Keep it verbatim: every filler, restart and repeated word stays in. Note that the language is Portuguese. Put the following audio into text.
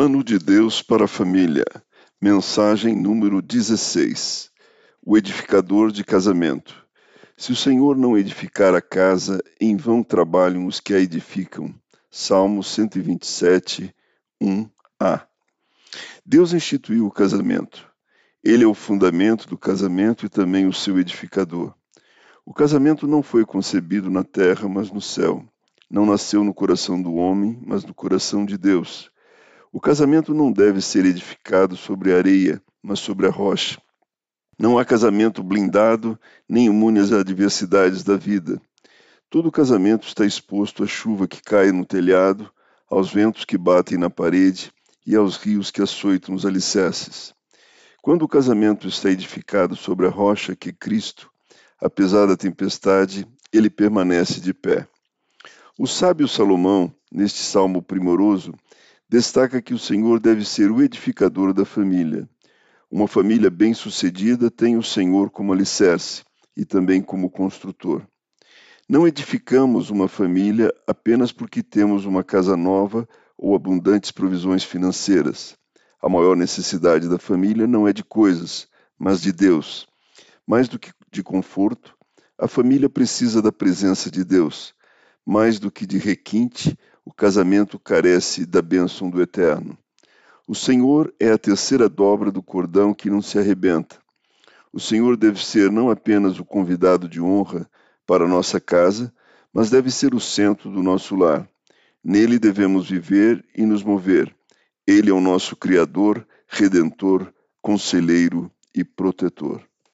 Plano de Deus para a família. Mensagem número dezesseis. O edificador de casamento. Se o Senhor não edificar a casa, em vão trabalham os que a edificam. Salmo cento e vinte e sete, um a. Deus instituiu o casamento. Ele é o fundamento do casamento e também o seu edificador. O casamento não foi concebido na terra, mas no céu. Não nasceu no coração do homem, mas no coração de Deus. O casamento não deve ser edificado sobre a areia, mas sobre a rocha. Não há casamento blindado, nem imune às adversidades da vida. Todo casamento está exposto à chuva que cai no telhado, aos ventos que batem na parede e aos rios que açoitam os alicerces. Quando o casamento está edificado sobre a rocha que é Cristo, apesar da tempestade, ele permanece de pé. O sábio Salomão, neste salmo primoroso, destaca que o Senhor deve ser o edificador da família. Uma família bem-sucedida tem o Senhor como alicerce e também como construtor. Não edificamos uma família apenas porque temos uma casa nova ou abundantes provisões financeiras. A maior necessidade da família não é de coisas, mas de Deus. Mais do que de conforto, a família precisa da presença de Deus. Mais do que de requinte, o casamento carece da bênção do Eterno. O Senhor é a terceira dobra do cordão que não se arrebenta. O Senhor deve ser não apenas o convidado de honra para a nossa casa, mas deve ser o centro do nosso lar. Nele devemos viver e nos mover. Ele é o nosso Criador, Redentor, Conselheiro e Protetor.